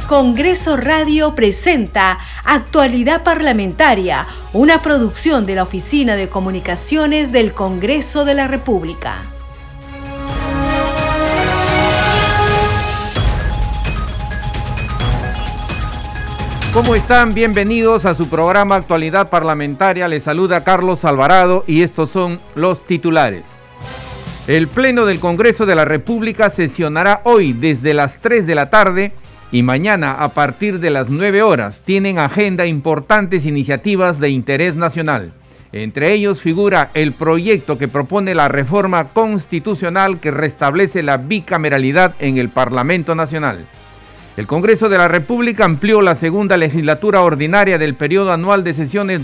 Congreso Radio presenta Actualidad Parlamentaria, una producción de la Oficina de Comunicaciones del Congreso de la República. ¿Cómo están? Bienvenidos a su programa Actualidad Parlamentaria. Les saluda Carlos Alvarado y estos son los titulares. El Pleno del Congreso de la República sesionará hoy desde las 3 de la tarde y mañana a partir de las 9 horas. Tienen agenda importantes iniciativas de interés nacional. Entre ellos figura el proyecto que propone la reforma constitucional que restablece la bicameralidad en el Parlamento Nacional. El Congreso de la República amplió la segunda legislatura ordinaria del periodo anual de sesiones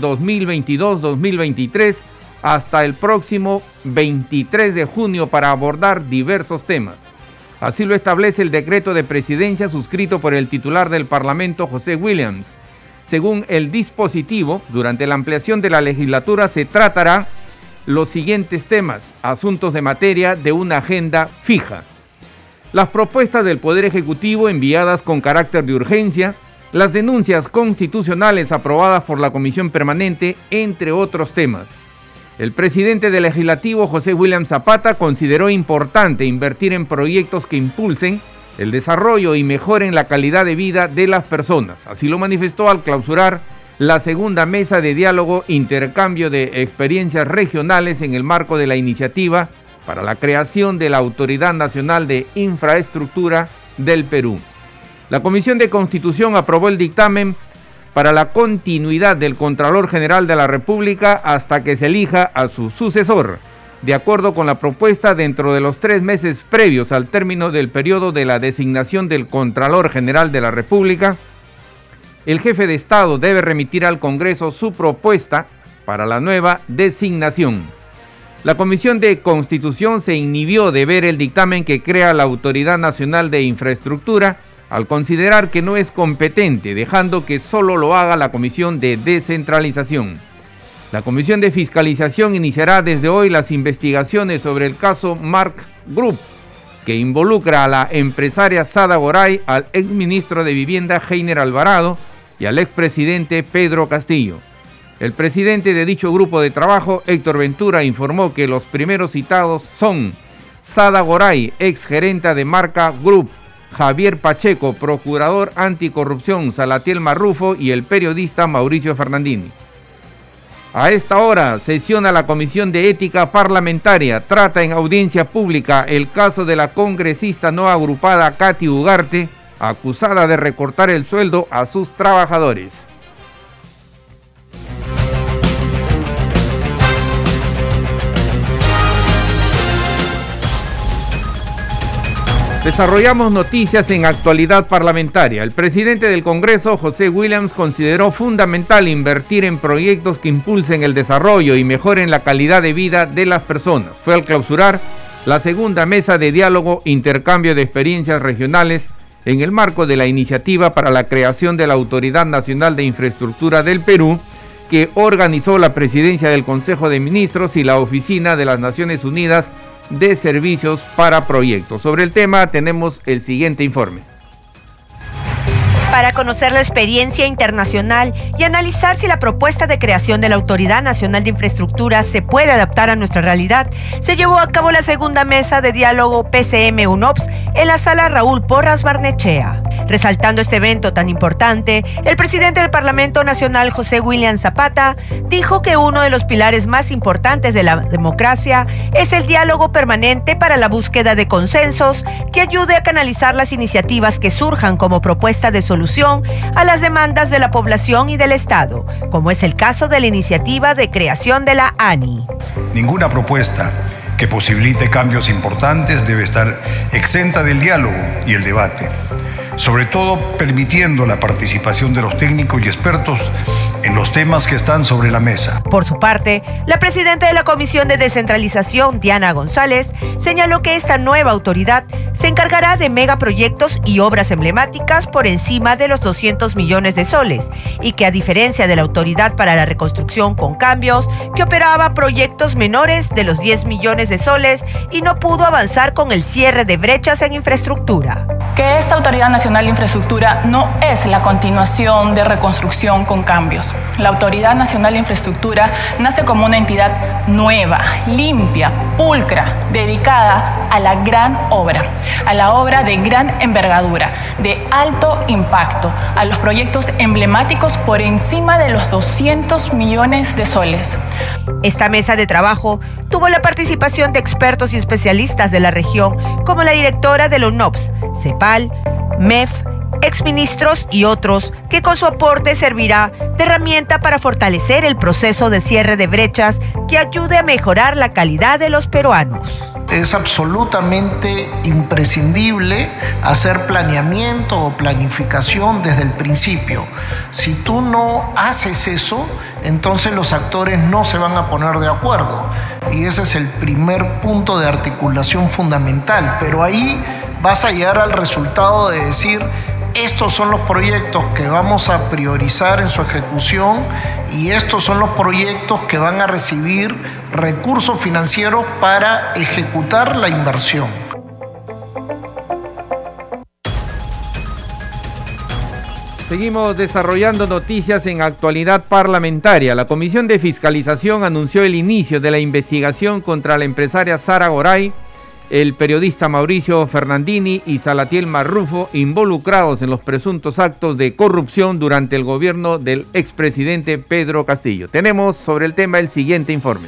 2022-2023 hasta el próximo 23 de junio para abordar diversos temas. Así lo establece el decreto de presidencia suscrito por el titular del Parlamento, José Williams. Según el dispositivo, durante la ampliación de la legislatura se tratará los siguientes temas, asuntos de materia de una agenda fija. Las propuestas del Poder Ejecutivo enviadas con carácter de urgencia, las denuncias constitucionales aprobadas por la Comisión Permanente, entre otros temas. El presidente del Legislativo, José William Zapata, consideró importante invertir en proyectos que impulsen el desarrollo y mejoren la calidad de vida de las personas. Así lo manifestó al clausurar la segunda mesa de diálogo intercambio de experiencias regionales en el marco de la iniciativa para la creación de la Autoridad Nacional de Infraestructura del Perú. La Comisión de Constitución aprobó el dictamen para la continuidad del Contralor General de la República hasta que se elija a su sucesor. De acuerdo con la propuesta, dentro de los 3 meses previos al término del periodo de la designación del Contralor General de la República, el jefe de Estado debe remitir al Congreso su propuesta para la nueva designación. La Comisión de Constitución se inhibió de ver el dictamen que crea la Autoridad Nacional de Infraestructura al considerar que no es competente, dejando que solo lo haga la Comisión de Descentralización. La Comisión de Fiscalización iniciará desde hoy las investigaciones sobre el caso Mark Group, que involucra a la empresaria Sada Goray, al exministro de Vivienda Heiner Alvarado y al expresidente Pedro Castillo. El presidente de dicho grupo de trabajo, Héctor Ventura, informó que los primeros citados son Sada Goray, exgerenta de Marca Group, Javier Pacheco, procurador anticorrupción, Salatiel Marrufo y el periodista Mauricio Fernandini. A esta hora sesiona la Comisión de Ética Parlamentaria. Trata en audiencia pública el caso de la congresista no agrupada Katy Ugarte, acusada de recortar el sueldo a sus trabajadores. Desarrollamos noticias en Actualidad Parlamentaria. El presidente del Congreso, José Williams, consideró fundamental invertir en proyectos que impulsen el desarrollo y mejoren la calidad de vida de las personas. Fue al clausurar la segunda mesa de diálogo intercambio de experiencias regionales en el marco de la iniciativa para la creación de la Autoridad Nacional de Infraestructura del Perú, que organizó la Presidencia del Consejo de Ministros y la Oficina de las Naciones Unidas de Servicios para Proyectos. Sobre el tema tenemos el siguiente informe. Para conocer la experiencia internacional y analizar si la propuesta de creación de la Autoridad Nacional de Infraestructura se puede adaptar a nuestra realidad, se llevó a cabo la segunda mesa de diálogo PCM-UNOPS en la sala Raúl Porras Barnechea. Resaltando este evento tan importante, el presidente del Parlamento Nacional, José William Zapata, dijo que uno de los pilares más importantes de la democracia es el diálogo permanente para la búsqueda de consensos que ayude a canalizar las iniciativas que surjan como propuesta de solución a las demandas de la población y del Estado, como es el caso de la iniciativa de creación de la ANI. Ninguna propuesta que posibilite cambios importantes debe estar exenta del diálogo y el debate, sobre todo permitiendo la participación de los técnicos y expertos en los temas que están sobre la mesa. Por su parte, la presidenta de la Comisión de Descentralización, Diana González, señaló que esta nueva autoridad se encargará de megaproyectos y obras emblemáticas por encima de los 200 millones de soles y que, a diferencia de la Autoridad para la Reconstrucción con Cambios, que operaba proyectos menores de los 10 millones de soles y no pudo avanzar con el cierre de brechas en infraestructura. que esta Autoridad Nacional de Infraestructura no es la continuación de Reconstrucción con Cambios. La Autoridad Nacional de Infraestructura nace como una entidad nueva, limpia, pulcra, dedicada a la gran obra, a la obra de gran envergadura, de alto impacto, a los proyectos emblemáticos por encima de los 200 millones de soles. Esta mesa de trabajo tuvo la participación de expertos y especialistas de la región, como la directora de la UNOPS, CEPAL, MEF, exministros y otros, que con su aporte servirá de herramienta para fortalecer el proceso de cierre de brechas que ayude a mejorar la calidad de los peruanos. Es absolutamente imprescindible hacer planeamiento o planificación desde el principio. Si tú no haces eso, entonces los actores no se van a poner de acuerdo. Y ese es el primer punto de articulación fundamental. Pero ahí vas a llegar al resultado de decir: estos son los proyectos que vamos a priorizar en su ejecución y estos son los proyectos que van a recibir recursos financieros para ejecutar la inversión. Seguimos desarrollando noticias en actualidad parlamentaria. La Comisión de Fiscalización anunció el inicio de la investigación contra la empresaria Sara Goray, el periodista Mauricio Fernandini y Salatiel Marrufo, involucrados en los presuntos actos de corrupción durante el gobierno del expresidente Pedro Castillo. Tenemos sobre el tema el siguiente informe.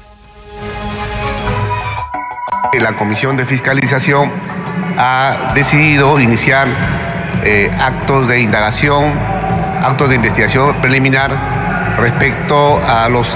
La Comisión de Fiscalización ha decidido iniciar actos de indagación, actos de investigación preliminar respecto a los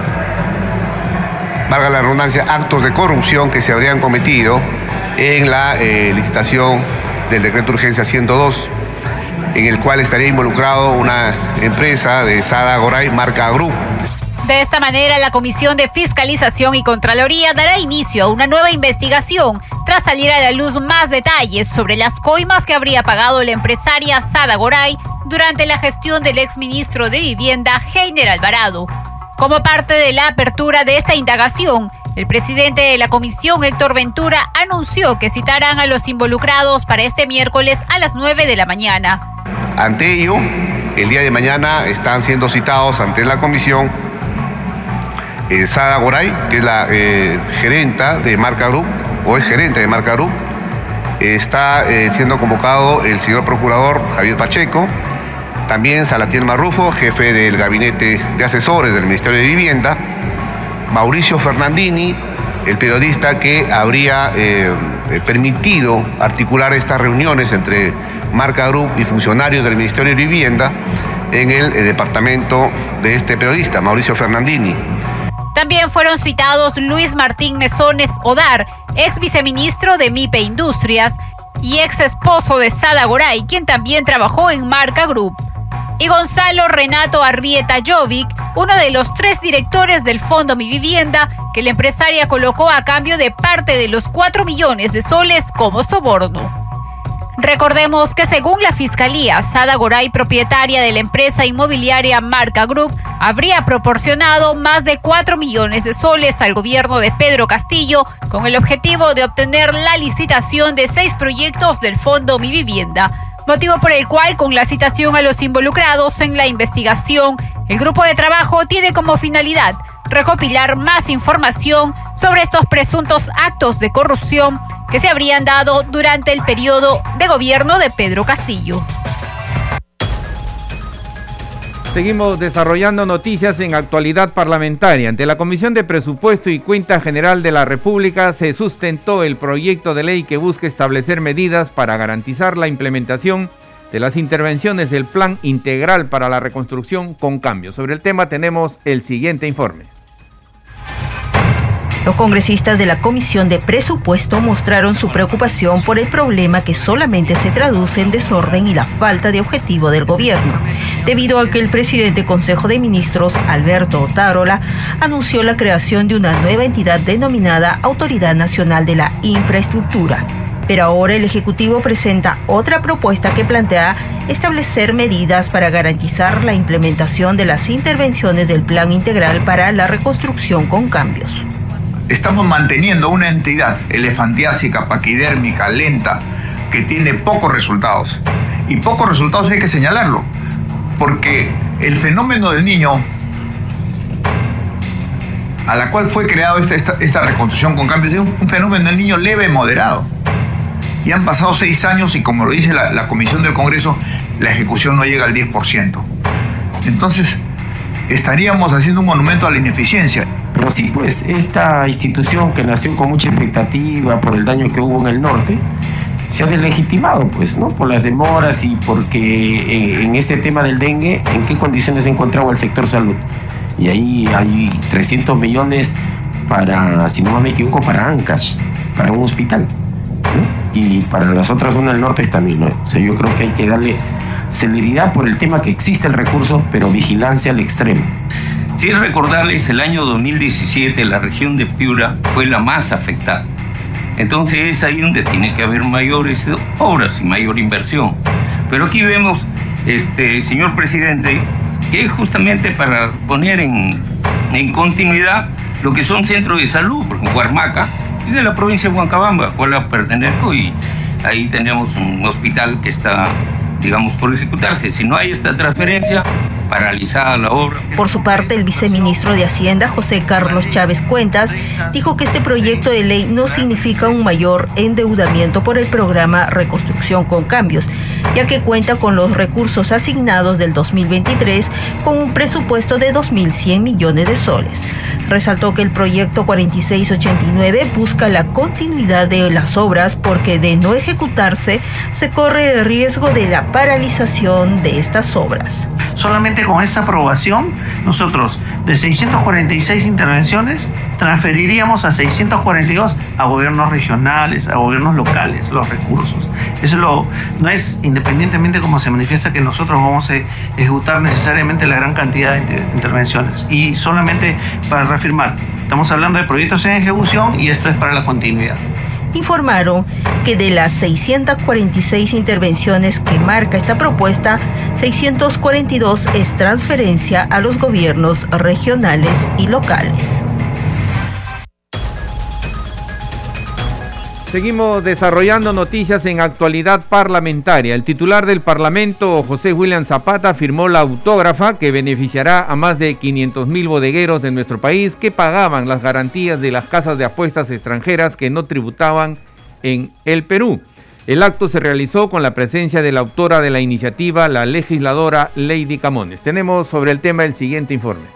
valga la redundancia, actos de corrupción que se habrían cometido en la licitación del decreto de urgencia 102, en el cual estaría involucrado una empresa de Sada Goray, Marca Group. De esta manera, la Comisión de Fiscalización y Contraloría dará inicio a una nueva investigación tras salir a la luz más detalles sobre las coimas que habría pagado la empresaria Sada Goray durante la gestión del exministro de Vivienda, Heiner Alvarado. Como parte de la apertura de esta indagación, el presidente de la comisión, Héctor Ventura, anunció que citarán a los involucrados para este miércoles a las 9 de la mañana. Ante ello, el día de mañana están siendo citados ante la comisión Sada Goray, que es la gerenta de Marca Group, o es gerente de Marca Group. Está siendo convocado el señor procurador Javier Pacheco, también Salatiel Marrufo, jefe del gabinete de asesores del Ministerio de Vivienda, Mauricio Fernandini, el periodista que habría permitido articular estas reuniones entre Marca Group y funcionarios del Ministerio de Vivienda en el departamento de este periodista, Mauricio Fernandini. También fueron citados Luis Martín Mesones Odar, ex viceministro de MIPE Industrias y ex esposo de Sada Goray, quien también trabajó en Marca Group, y Gonzalo Renato Arrieta Jovic, uno de los 3 directores del Fondo Mi Vivienda, que la empresaria colocó a cambio de parte de los 4 millones de soles como soborno. Recordemos que según la Fiscalía, Sada Goray, propietaria de la empresa inmobiliaria Marca Group, habría proporcionado más de 4 millones de soles al gobierno de Pedro Castillo con el objetivo de obtener la licitación de 6 proyectos del Fondo Mi Vivienda, motivo por el cual, con la citación a los involucrados en la investigación, el grupo de trabajo tiene como finalidad recopilar más información sobre estos presuntos actos de corrupción que se habrían dado durante el periodo de gobierno de Pedro Castillo. Seguimos desarrollando noticias en actualidad parlamentaria. Ante la Comisión de Presupuesto y Cuenta General de la República se sustentó el proyecto de ley que busca establecer medidas para garantizar la implementación de las intervenciones del Plan Integral para la Reconstrucción con Cambios. Sobre el tema tenemos el siguiente informe. Los congresistas de la Comisión de Presupuesto mostraron su preocupación por el problema que solamente se traduce en desorden y la falta de objetivo del gobierno, debido a que el presidente del Consejo de Ministros, Alberto Otárola, anunció la creación de una nueva entidad denominada Autoridad Nacional de la Infraestructura. Pero ahora el Ejecutivo presenta otra propuesta que plantea establecer medidas para garantizar la implementación de las intervenciones del Plan Integral para la Reconstrucción con Cambios. Estamos manteniendo una entidad elefantiásica, paquidérmica, lenta, que tiene pocos resultados. Y pocos resultados hay que señalarlo, porque el fenómeno del niño, a la cual fue creado esta reconstrucción con cambios, es un fenómeno del niño leve, moderado. Y han pasado 6 años y, como lo dice la Comisión del Congreso, la ejecución no llega al 10%. Entonces, estaríamos haciendo un monumento a la ineficiencia. Pero sí, pues, esta institución que nació con mucha expectativa por el daño que hubo en el norte, se ha deslegitimado, pues, ¿no? Por las demoras y porque en este tema del dengue, ¿en qué condiciones se encontraba el sector salud? Y ahí hay 300 millones para, si no me equivoco, para Ancash, para un hospital, ¿no? Y para las otras zonas del norte también, ¿no? O sea, yo creo que hay que darle celeridad por el tema que existe el recurso, pero vigilancia al extremo. Sí, recordarles, el año 2017 la región de Piura fue la más afectada. Entonces es ahí donde tiene que haber mayores obras y mayor inversión. Pero aquí vemos, señor presidente, que es justamente para poner en continuidad lo que son centros de salud, por ejemplo, Huarmaca, es de la provincia de Huancabamba, a la cual pertenezco, y ahí tenemos un hospital que está, digamos, por ejecutarse. Si no hay esta transferencia, paralizada la obra. Por su parte, el viceministro de Hacienda, José Carlos Chávez Cuentas, dijo que este proyecto de ley no significa un mayor endeudamiento por el programa Reconstrucción con Cambios, ya que cuenta con los recursos asignados del 2023 con un presupuesto de 2.100 millones de soles. Resaltó que el proyecto 4689 busca la continuidad de las obras porque, de no ejecutarse, se corre el riesgo de la paralización de estas obras. Solamente con esta aprobación, nosotros de 646 intervenciones transferiríamos a 642 a gobiernos regionales, a gobiernos locales, los recursos. Eso no es independientemente como se manifiesta que nosotros vamos a ejecutar necesariamente la gran cantidad de intervenciones. Y solamente para reafirmar, estamos hablando de proyectos en ejecución y esto es para la continuidad. Informaron que de las 646 intervenciones que marca esta propuesta, 642 es transferencia a los gobiernos regionales y locales. Seguimos desarrollando noticias en actualidad parlamentaria. El titular del Parlamento, José William Zapata, firmó la autógrafa que beneficiará a más de 500.000 bodegueros de nuestro país que pagaban las garantías de las casas de apuestas extranjeras que no tributaban en el Perú. El acto se realizó con la presencia de la autora de la iniciativa, la legisladora Lady Camones. Tenemos sobre el tema el siguiente informe.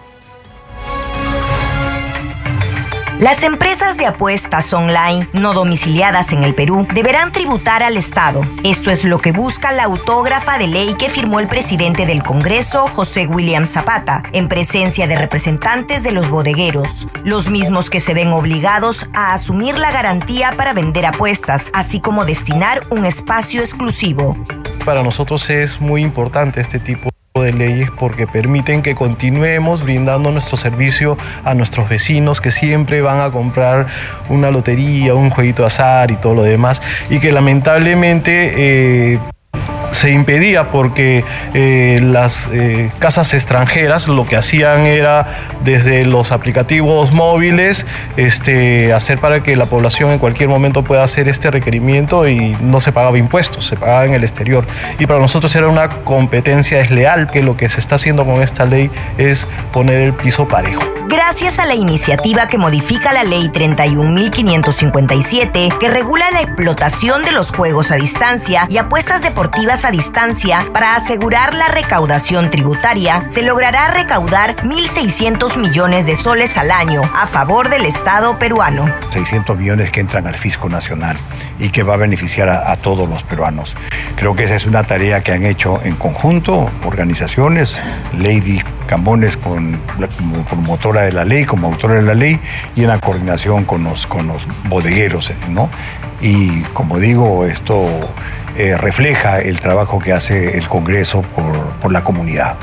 Las empresas de apuestas online no domiciliadas en el Perú deberán tributar al Estado. Esto es lo que busca la autógrafa de ley que firmó el presidente del Congreso, José William Zapata, en presencia de representantes de los bodegueros, los mismos que se ven obligados a asumir la garantía para vender apuestas, así como destinar un espacio exclusivo. Para nosotros es muy importante este tipo de leyes porque permiten que continuemos brindando nuestro servicio a nuestros vecinos que siempre van a comprar una lotería, un jueguito de azar y todo lo demás, y que lamentablemente se impedía porque las casas extranjeras lo que hacían era desde los aplicativos móviles hacer para que la población en cualquier momento pueda hacer este requerimiento y no se pagaba impuestos, se pagaba en el exterior. Y para nosotros era una competencia desleal, que lo que se está haciendo con esta ley es poner el piso parejo. Gracias a la iniciativa que modifica la Ley 31.557, que regula la explotación de los juegos a distancia y apuestas deportivas a distancia para asegurar la recaudación tributaria, se logrará recaudar 1.600 millones de soles al año a favor del Estado peruano. 600 millones que entran al fisco nacional y que va a beneficiar a todos los peruanos. Creo que esa es una tarea que han hecho en conjunto organizaciones, Lady Camones como promotora de la ley, como autora de la ley, y en la coordinación con los bodegueros, ¿no? Y como digo, esto refleja el trabajo que hace el Congreso por la comunidad.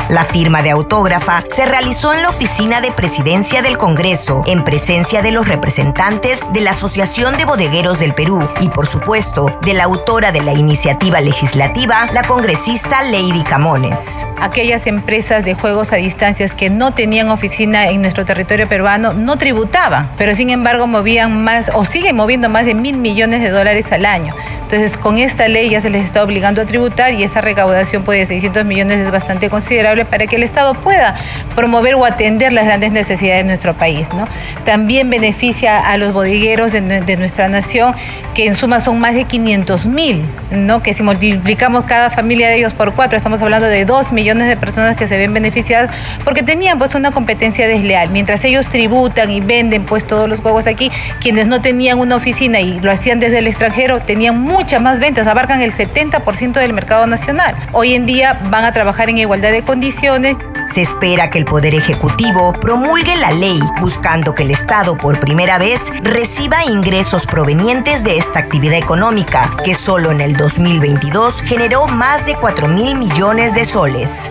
La firma de autógrafa se realizó en la oficina de Presidencia del Congreso, en presencia de los representantes de la Asociación de Bodegueros del Perú y, por supuesto, de la autora de la iniciativa legislativa, la congresista Lady Camones. Aquellas empresas de juegos a distancias que no tenían oficina en nuestro territorio peruano no tributaban, pero sin embargo movían más o siguen moviendo más de $1.000 millones al año. Entonces, con esta ley ya se les está obligando a tributar y esa recaudación de 600 millones es bastante considerable para que el Estado pueda promover o atender las grandes necesidades de nuestro país, ¿no? También beneficia a los bodegueros de nuestra nación, que en suma son más de 500.000, ¿no? Que si multiplicamos cada familia de ellos por 4, estamos hablando de 2 millones de personas que se ven beneficiadas porque tenían una competencia desleal. Mientras ellos tributan y venden todos los juegos aquí, quienes no tenían una oficina y lo hacían desde el extranjero tenían muchas más ventas, abarcan el 70% del mercado nacional. Hoy en día van a trabajar en igualdad de condiciones. Se espera que el Poder Ejecutivo promulgue la ley, buscando que el Estado por primera vez reciba ingresos provenientes de esta actividad económica, que solo en el 2022 generó más de 4.000 millones de soles.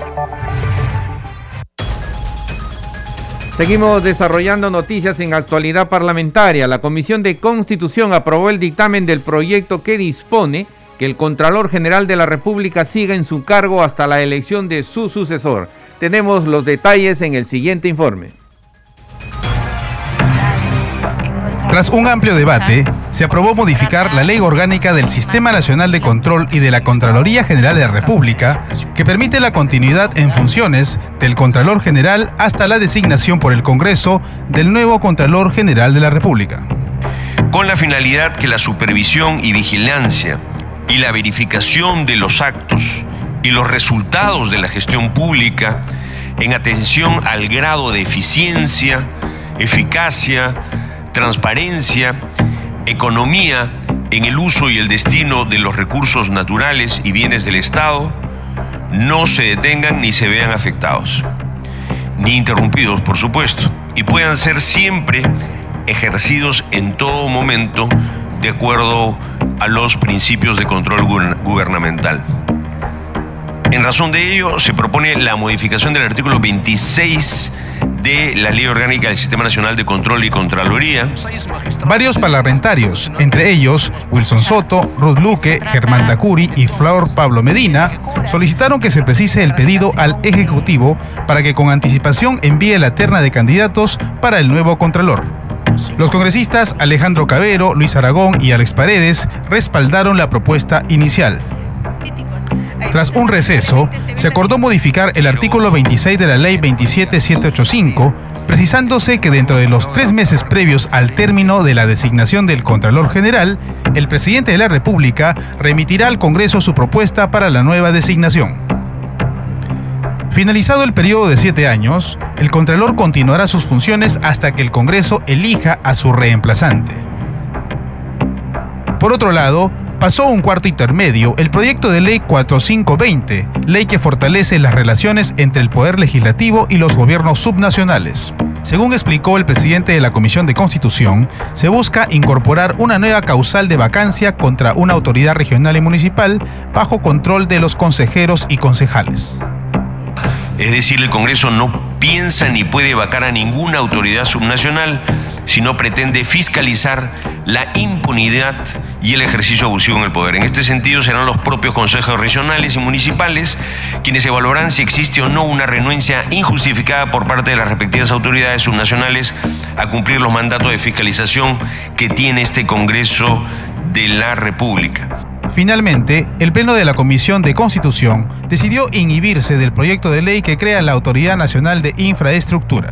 Seguimos desarrollando noticias en actualidad parlamentaria. La Comisión de Constitución aprobó el dictamen del proyecto que dispone que el Contralor General de la República siga en su cargo hasta la elección de su sucesor. Tenemos los detalles en el siguiente informe. Tras un amplio debate, se aprobó modificar la Ley Orgánica del Sistema Nacional de Control y de la Contraloría General de la República, que permite la continuidad en funciones del Contralor General hasta la designación por el Congreso del nuevo Contralor General de la República. Con la finalidad que la supervisión y vigilancia y la verificación de los actos y los resultados de la gestión pública en atención al grado de eficiencia, eficacia, transparencia, economía en el uso y el destino de los recursos naturales y bienes del Estado, no se detengan ni se vean afectados, ni interrumpidos, por supuesto, y puedan ser siempre ejercidos en todo momento de acuerdo a los principios de control gubernamental. En razón de ello, se propone la modificación del artículo 26 de la Ley Orgánica del Sistema Nacional de Control y Contraloría. Varios parlamentarios, entre ellos Wilson Soto, Ruth Luque, Germán Tacuri y Flor Pablo Medina, solicitaron que se precise el pedido al Ejecutivo para que con anticipación envíe la terna de candidatos para el nuevo Contralor. Los congresistas Alejandro Cabero, Luis Aragón y Alex Paredes respaldaron la propuesta inicial. Tras un receso, se acordó modificar el artículo 26 de la Ley 27785, precisándose que dentro de los 3 meses previos al término de la designación del Contralor General, el presidente de la República remitirá al Congreso su propuesta para la nueva designación. Finalizado el periodo de 7 años, el Contralor continuará sus funciones hasta que el Congreso elija a su reemplazante. Por otro lado, pasó a un cuarto intermedio el proyecto de ley 4520, ley que fortalece las relaciones entre el Poder Legislativo y los gobiernos subnacionales. Según explicó el presidente de la Comisión de Constitución, se busca incorporar una nueva causal de vacancia contra una autoridad regional y municipal bajo control de los consejeros y concejales. Es decir, el Congreso no piensa ni puede vacar a ninguna autoridad subnacional, sino pretende fiscalizar la impunidad y el ejercicio abusivo en el poder. En este sentido, serán los propios consejos regionales y municipales quienes evaluarán si existe o no una renuencia injustificada por parte de las respectivas autoridades subnacionales a cumplir los mandatos de fiscalización que tiene este Congreso de la República. Finalmente, el Pleno de la Comisión de Constitución decidió inhibirse del proyecto de ley que crea la Autoridad Nacional de Infraestructura.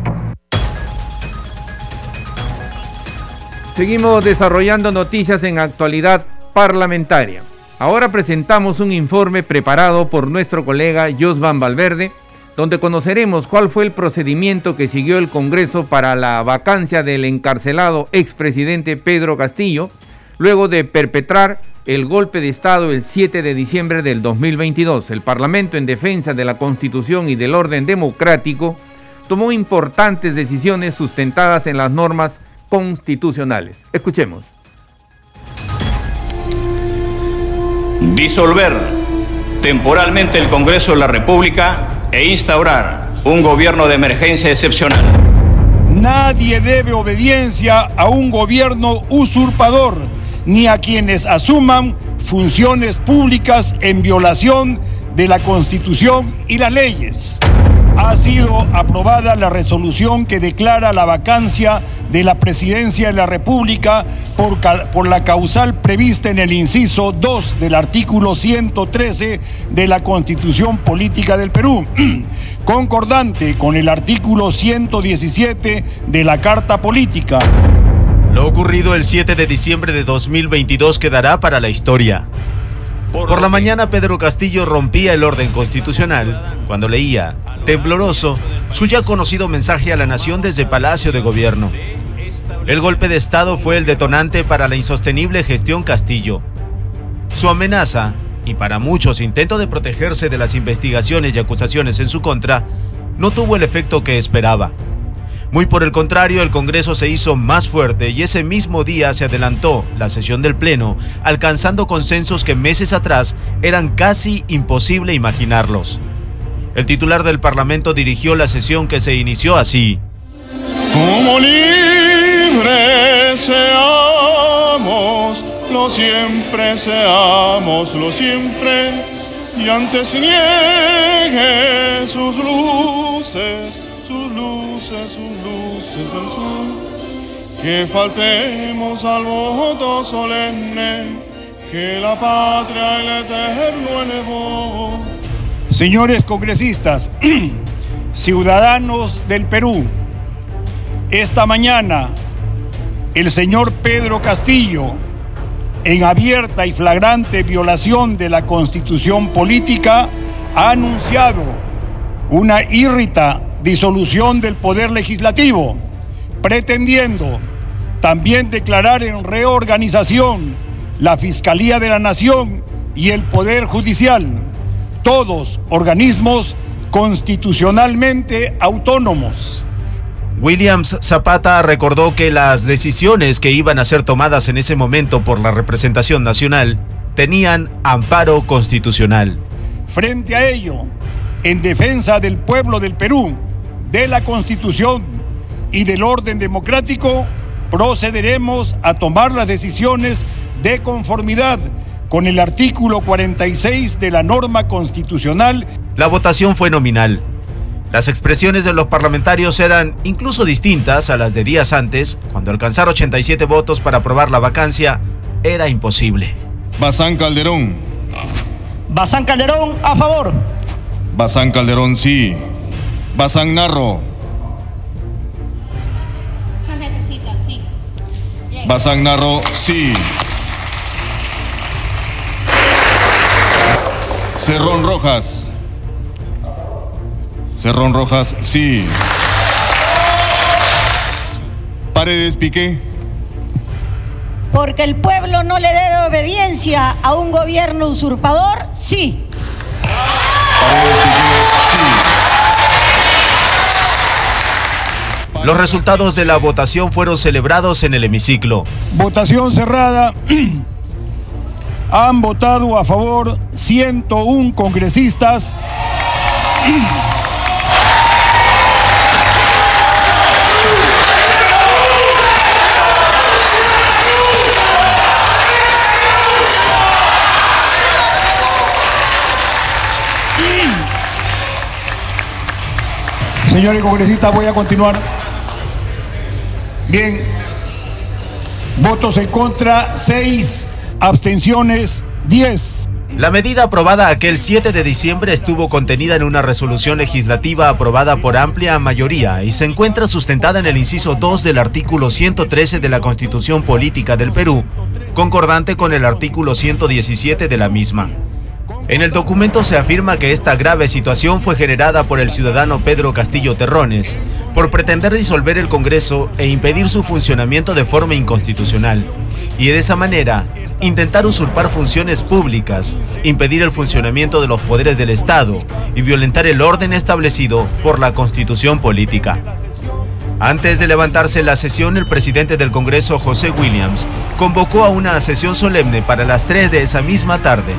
Seguimos desarrollando noticias en actualidad parlamentaria. Ahora presentamos un informe preparado por nuestro colega Josvan Valverde, donde conoceremos cuál fue el procedimiento que siguió el Congreso para la vacancia del encarcelado expresidente Pedro Castillo, luego de perpetrar el golpe de Estado el 7 de diciembre del 2022. El Parlamento, en defensa de la Constitución y del orden democrático, tomó importantes decisiones sustentadas en las normas constitucionales. Escuchemos. Disolver temporalmente el Congreso de la República e instaurar un gobierno de emergencia excepcional. Nadie debe obediencia a un gobierno usurpador, ni a quienes asuman funciones públicas en violación de la Constitución y las leyes. Ha sido aprobada la resolución que declara la vacancia de la Presidencia de la República por la causal prevista en el inciso 2 del artículo 113 de la Constitución Política del Perú, concordante con el artículo 117 de la Carta Política. Lo ocurrido el 7 de diciembre de 2022 quedará para la historia. Por la mañana, Pedro Castillo rompía el orden constitucional cuando leía, tembloroso, su ya conocido mensaje a la nación desde Palacio de Gobierno. El golpe de Estado fue el detonante para la insostenible gestión Castillo. Su amenaza, y para muchos intento de protegerse de las investigaciones y acusaciones en su contra, no tuvo el efecto que esperaba. Muy por el contrario, el Congreso se hizo más fuerte y ese mismo día se adelantó la sesión del Pleno, alcanzando consensos que meses atrás eran casi imposible imaginarlos. El titular del Parlamento dirigió la sesión que se inició así. Como libres seamos, lo siempre seamos, lo siempre, y antes niegue sus luces. Sus luces del sol, que faltemos al voto solemne, que la patria el eterno elevó. Señores congresistas, ciudadanos del Perú, esta mañana el señor Pedro Castillo, en abierta y flagrante violación de la Constitución Política, ha anunciado una írrita disolución del Poder Legislativo, pretendiendo también declarar en reorganización la Fiscalía de la Nación y el Poder Judicial, todos organismos constitucionalmente autónomos. Williams Zapata recordó que las decisiones que iban a ser tomadas en ese momento por la representación nacional tenían amparo constitucional. Frente a ello, en defensa del pueblo del Perú, de la Constitución y del orden democrático, procederemos a tomar las decisiones de conformidad con el artículo 46 de la norma constitucional. La votación fue nominal. Las expresiones de los parlamentarios eran incluso distintas a las de días antes, cuando alcanzar 87 votos para aprobar la vacancia era imposible. Bazán Calderón. Bazán Calderón, a favor. Bazán Calderón, sí. Bazán Narro. Nos necesitan, sí. Bazán Narro, sí. Cerrón Rojas. Cerrón Rojas, sí. Paredes Piqué. Porque el pueblo no le debe obediencia a un gobierno usurpador, sí. Paredes Piqué, sí. Los resultados de la votación fueron celebrados en el hemiciclo. Votación cerrada. Han votado a favor 101 congresistas. Señores congresistas, voy a continuar. Bien. Votos en contra, 6. Abstenciones, 10. La medida aprobada aquel 7 de diciembre estuvo contenida en una resolución legislativa aprobada por amplia mayoría y se encuentra sustentada en el inciso 2 del artículo 113 de la Constitución Política del Perú, concordante con el artículo 117 de la misma. En el documento se afirma que esta grave situación fue generada por el ciudadano Pedro Castillo Terrones, por pretender disolver el Congreso e impedir su funcionamiento de forma inconstitucional, y de esa manera intentar usurpar funciones públicas, impedir el funcionamiento de los poderes del Estado y violentar el orden establecido por la Constitución Política. Antes de levantarse la sesión, el presidente del Congreso, José Williams, convocó a una sesión solemne para las 3 de esa misma tarde.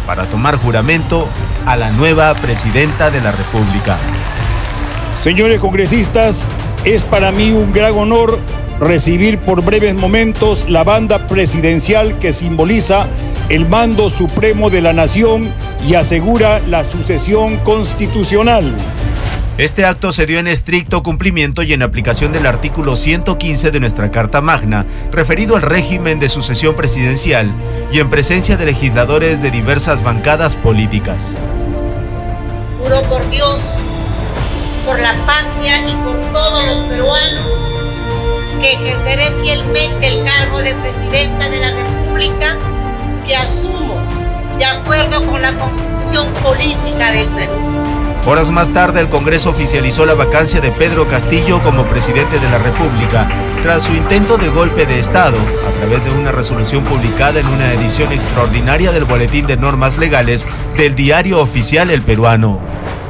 para tomar juramento a la nueva presidenta de la República. Señores congresistas, es para mí un gran honor recibir por breves momentos la banda presidencial que simboliza el mando supremo de la nación y asegura la sucesión constitucional. Este acto se dio en estricto cumplimiento y en aplicación del artículo 115 de nuestra Carta Magna, referido al régimen de sucesión presidencial y en presencia de legisladores de diversas bancadas políticas. Juro por Dios, por la patria y por todos los peruanos, que ejerceré fielmente el cargo de Presidenta de la República, que asumo de acuerdo con la Constitución Política del Perú. Horas más tarde, el Congreso oficializó la vacancia de Pedro Castillo como presidente de la República, tras su intento de golpe de Estado, a través de una resolución publicada en una edición extraordinaria del Boletín de Normas Legales del Diario Oficial El Peruano.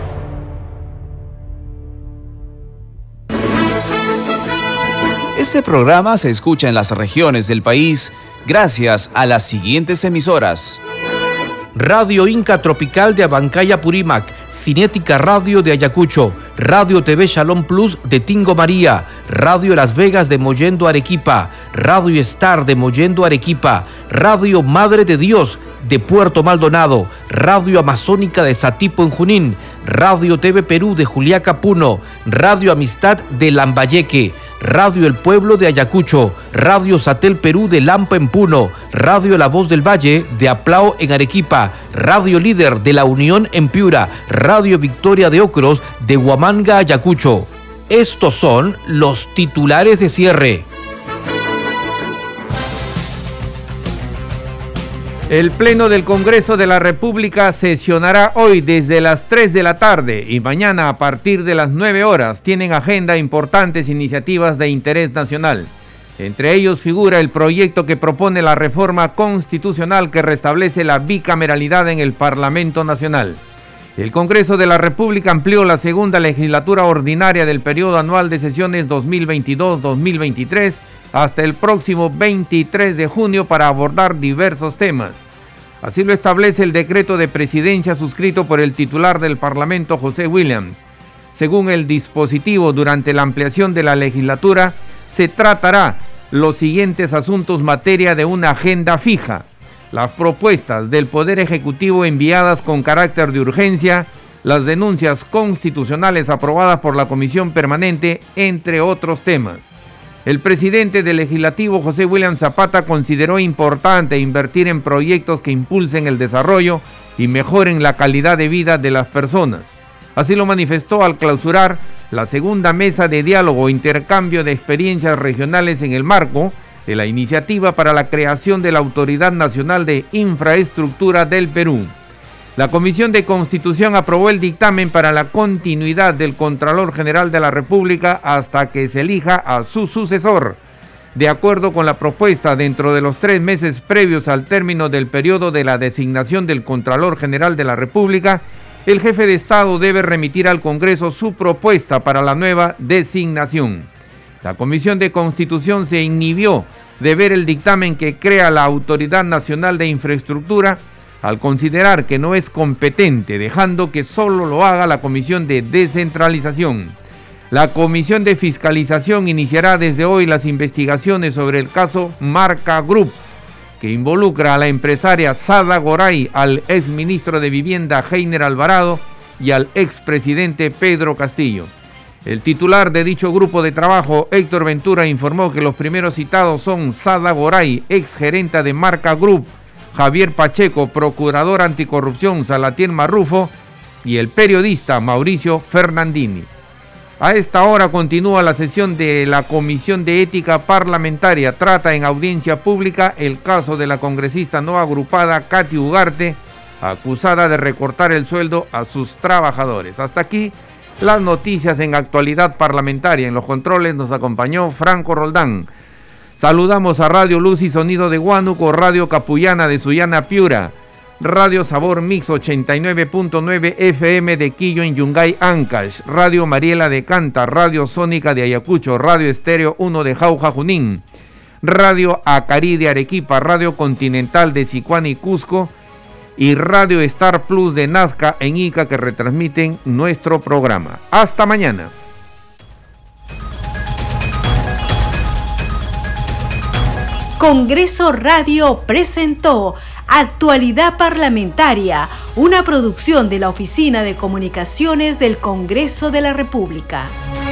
Este programa se escucha en las regiones del país gracias a las siguientes emisoras: Radio Inca Tropical de Abancaya, Purímac, Cinética Radio de Ayacucho, Radio TV Shalom Plus de Tingo María, Radio Las Vegas de Mollendo, Arequipa, Radio Star de Mollendo, Arequipa, Radio Madre de Dios de Puerto Maldonado, Radio Amazónica de Satipo en Junín, Radio TV Perú de Juliaca, Puno, Radio Amistad de Lambayeque, Radio El Pueblo de Ayacucho, Radio Satel Perú de Lampa en Puno, Radio La Voz del Valle de Aplao en Arequipa, Radio Líder de La Unión en Piura, Radio Victoria de Ocros de Huamanga, Ayacucho. Estos son los titulares de cierre. El Pleno del Congreso de la República sesionará hoy desde las 3 de la tarde y mañana a partir de las 9 horas. Tienen agenda importantes iniciativas de interés nacional. Entre ellos figura el proyecto que propone la reforma constitucional que restablece la bicameralidad en el Parlamento Nacional. El Congreso de la República amplió la segunda legislatura ordinaria del periodo anual de sesiones 2022-2023 hasta el próximo 23 de junio para abordar diversos temas. Así lo establece el decreto de presidencia suscrito por el titular del Parlamento, José Williams. Según el dispositivo, durante la ampliación de la legislatura se tratará los siguientes asuntos materia de una agenda fija: las propuestas del Poder Ejecutivo enviadas con carácter de urgencia, las denuncias constitucionales aprobadas por la Comisión Permanente, entre otros temas. El presidente del Legislativo, José William Zapata, consideró importante invertir en proyectos que impulsen el desarrollo y mejoren la calidad de vida de las personas. Así lo manifestó al clausurar la segunda mesa de diálogo e intercambio de experiencias regionales en el marco de la iniciativa para la creación de la Autoridad Nacional de Infraestructura del Perú. La Comisión de Constitución aprobó el dictamen para la continuidad del Contralor General de la República hasta que se elija a su sucesor. De acuerdo con la propuesta, dentro de los 3 meses previos al término del periodo de la designación del Contralor General de la República, el jefe de Estado debe remitir al Congreso su propuesta para la nueva designación. La Comisión de Constitución se inhibió de ver el dictamen que crea la Autoridad Nacional de Infraestructura al considerar que no es competente, dejando que solo lo haga la Comisión de Descentralización. La Comisión de Fiscalización iniciará desde hoy las investigaciones sobre el caso Marca Group, que involucra a la empresaria Sada Goray, al exministro de Vivienda Heiner Alvarado y al expresidente Pedro Castillo. El titular de dicho grupo de trabajo, Héctor Ventura, informó que los primeros citados son Sada Goray, exgerenta de Marca Group, Javier Pacheco, procurador anticorrupción Salatiel Marrufo, y el periodista Mauricio Fernandini. A esta hora continúa la sesión de la Comisión de Ética Parlamentaria. Trata en audiencia pública el caso de la congresista no agrupada Katy Ugarte, acusada de recortar el sueldo a sus trabajadores. Hasta aquí las noticias en actualidad parlamentaria. En los controles nos acompañó Franco Roldán. Saludamos a Radio Luz y Sonido de Huánuco, Radio Capullana de Sullana, Piura, Radio Sabor Mix 89.9 FM de Quillo en Yungay, Ancash, Radio Mariela de Canta, Radio Sónica de Ayacucho, Radio Estéreo 1 de Jauja, Junín, Radio Acari de Arequipa, Radio Continental de Sicuán y Cusco, y Radio Star Plus de Nazca en Ica, que retransmiten nuestro programa. Hasta mañana. Congreso Radio presentó Actualidad Parlamentaria, una producción de la Oficina de Comunicaciones del Congreso de la República.